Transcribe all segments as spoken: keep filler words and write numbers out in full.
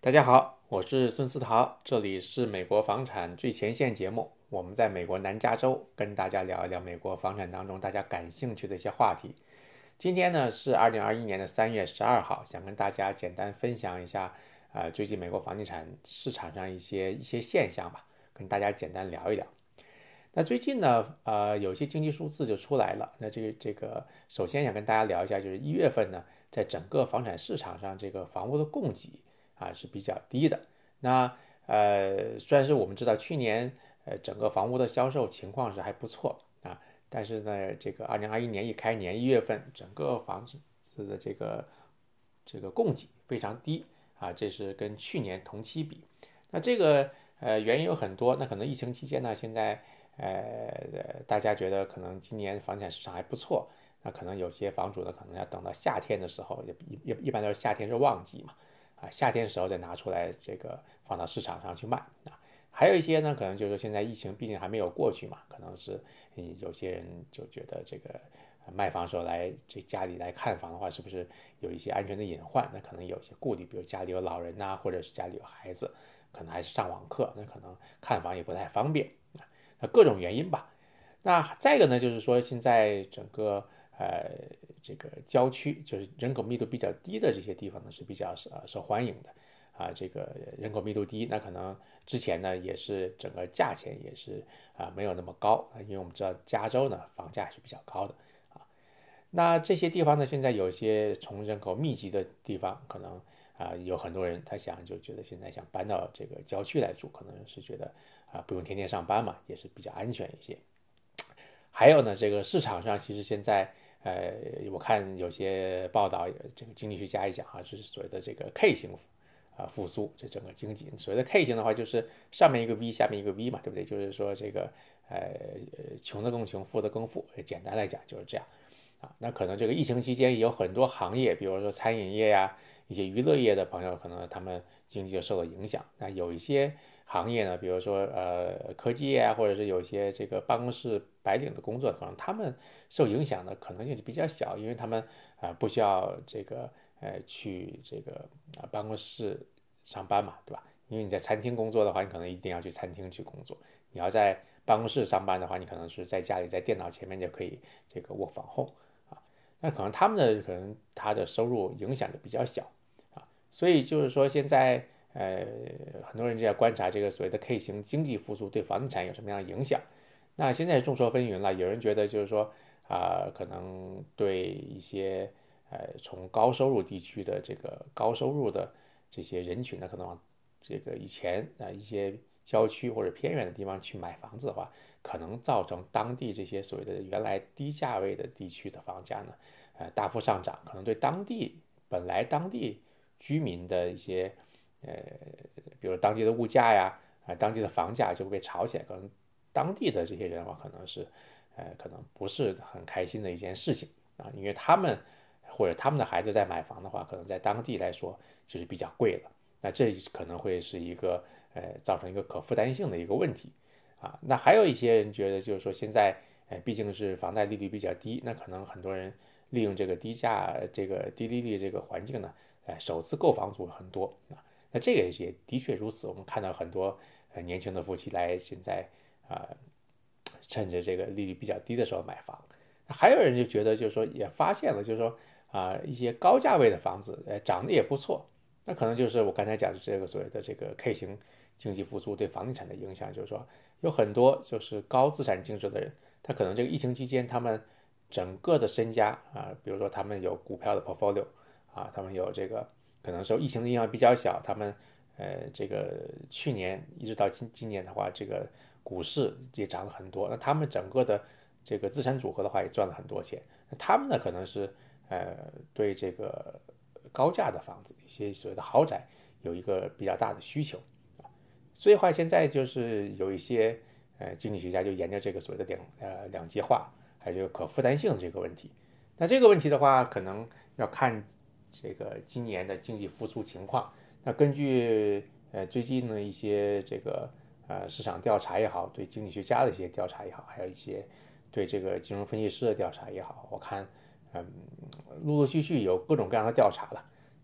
大家好，我是孙思桃，这里是美国房产最前线节目。我们在美国南加州跟大家聊一聊美国房产当中大家感兴趣的一些话题。今天呢是二零二一年的三月十二号，想跟大家简单分享一下，呃，最近美国房地产市场上一些一些现象吧，跟大家简单聊一聊。那最近呢，呃，有些经济数字就出来了。那这个这个，首先想跟大家聊一下，就是一月份呢，在整个房产市场上，这个房屋的供给啊是比较低的。那呃，虽然是我们知道去年呃整个房屋的销售情况是还不错啊，但是呢，这个二零二一年一开年一月份，整个房子的这个这个供给非常低啊，这是跟去年同期比。那这个呃原因有很多，那可能疫情期间呢，现在呃大家觉得可能今年房产市场还不错，那可能有些房主呢，可能要等到夏天的时候，也一一般都是夏天是旺季嘛，啊，夏天的时候再拿出来这个放到市场上去卖啊。还有一些呢，可能就是现在疫情毕竟还没有过去嘛，可能是嗯有些人就觉得这个卖房时候来这家里来看房的话，是不是有一些安全的隐患？那可能有些顾虑，比如家里有老人呐、啊，或者是家里有孩子，可能还是上网课，那可能看房也不太方便啊，那各种原因吧。那再一个呢，就是说现在整个呃这个郊区，就是人口密度比较低的这些地方呢，是比较呃受欢迎的啊。这个人口密度低，那可能之前呢也是整个价钱也是啊没有那么高啊，因为我们知道加州呢房价是比较高的啊。那这些地方呢，现在有些从人口密集的地方，可能啊有很多人他想就觉得现在想搬到这个郊区来住，可能是觉得啊不用天天上班嘛，也是比较安全一些。还有呢，这个市场上其实现在，呃，我看有些报道，这个经济学家也讲哈，就是所谓的这个 K 型啊复苏，这整个经济。所谓的 K 型的话，就是上面一个 V，下面一个 V 嘛，对不对？就是说这个呃穷的更穷，富的更富，简单来讲就是这样啊。那可能这个疫情期间也有很多行业，比如说餐饮业呀、一些娱乐业的朋友，可能他们经济就受到影响。那有一些行业呢，比如说呃科技业啊，或者是有一些这个办公室白领的工作，可能他们受影响的可能性就比较小，因为他们啊、呃、不需要这个呃去这个啊、呃、办公室上班嘛，对吧？因为你在餐厅工作的话，你可能一定要去餐厅去工作；你要在办公室上班的话，你可能是在家里在电脑前面就可以这个 work from home 啊。那可能他们的可能他的收入影响就比较小啊，所以就是说现在呃很多人就在观察这个所谓的 K 型经济复苏对房地产有什么样的影响。那现在众说纷纭了，有人觉得就是说啊、呃可能对一些呃从高收入地区的这个高收入的这些人群呢，可能这个以前啊、呃一些郊区或者偏远的地方去买房子的话，可能造成当地这些所谓的原来低价位的地区的房价呢，呃大幅上涨，可能对当地本来当地居民的一些呃，比如当地的物价呀，啊、呃，当地的房价就会被炒起来，可能当地的这些人的话，可能是呃，可能不是很开心的一件事情啊，因为他们或者他们的孩子在买房的话，可能在当地来说就是比较贵了，那这可能会是一个呃造成一个可负担性的一个问题啊。那还有一些人觉得就是说现在呃毕竟是房贷利率比较低，那可能很多人利用这个低价这个低利率这个环境呢，呃首次购房族很多啊。那这个也的确如此，我们看到很多呃年轻的夫妻来现在啊、呃趁着这个利率比较低的时候买房。还有人就觉得，就是说也发现了，就是说啊、呃一些高价位的房子，呃，长得也不错。那可能就是我刚才讲的这个所谓的这个 K 型经济复苏对房地产的影响，就是说有很多就是高资产净值的人，他可能这个疫情期间他们整个的身家啊、比如说他们有股票的 portfolio 啊，他们有这个可能受疫情的影响比较小，他们呃这个去年一直到今今年的话，这个股市也涨了很多，那他们整个的这个资产组合的话也赚了很多钱。那他们呢可能是呃对这个高价的房子，一些所谓的豪宅有一个比较大的需求啊。所以话现在就是有一些呃经济学家就研究这个所谓的两呃两极化，还有可负担性这个问题。那这个问题的话，可能要看这个今年的经济复苏情况。那根据呃最近的一些这个呃市场调查也好，对经济学家的一些调查也好，还有一些对这个金融分析师的调查也好，我看嗯陆陆续续有各种各样的调查了。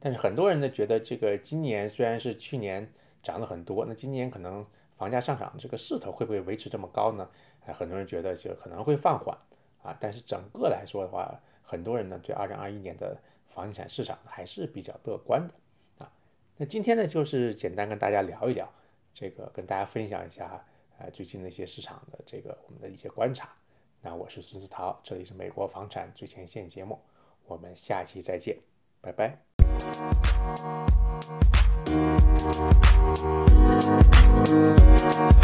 但是很多人呢觉得这个今年虽然是去年涨了很多，那今年可能房价上涨这个势头会不会维持这么高呢？哎，很多人觉得就可能会放缓啊。但是整个来说的话，很多人呢对二零二一年的房地产市场还是比较乐观的啊。那今天呢就是简单跟大家聊一聊这个，跟大家分享一下呃最近的一些市场的这个我们的一些观察。那我是孙思陶，这里是美国房产最前线节目，我们下期再见，拜拜。Thank you.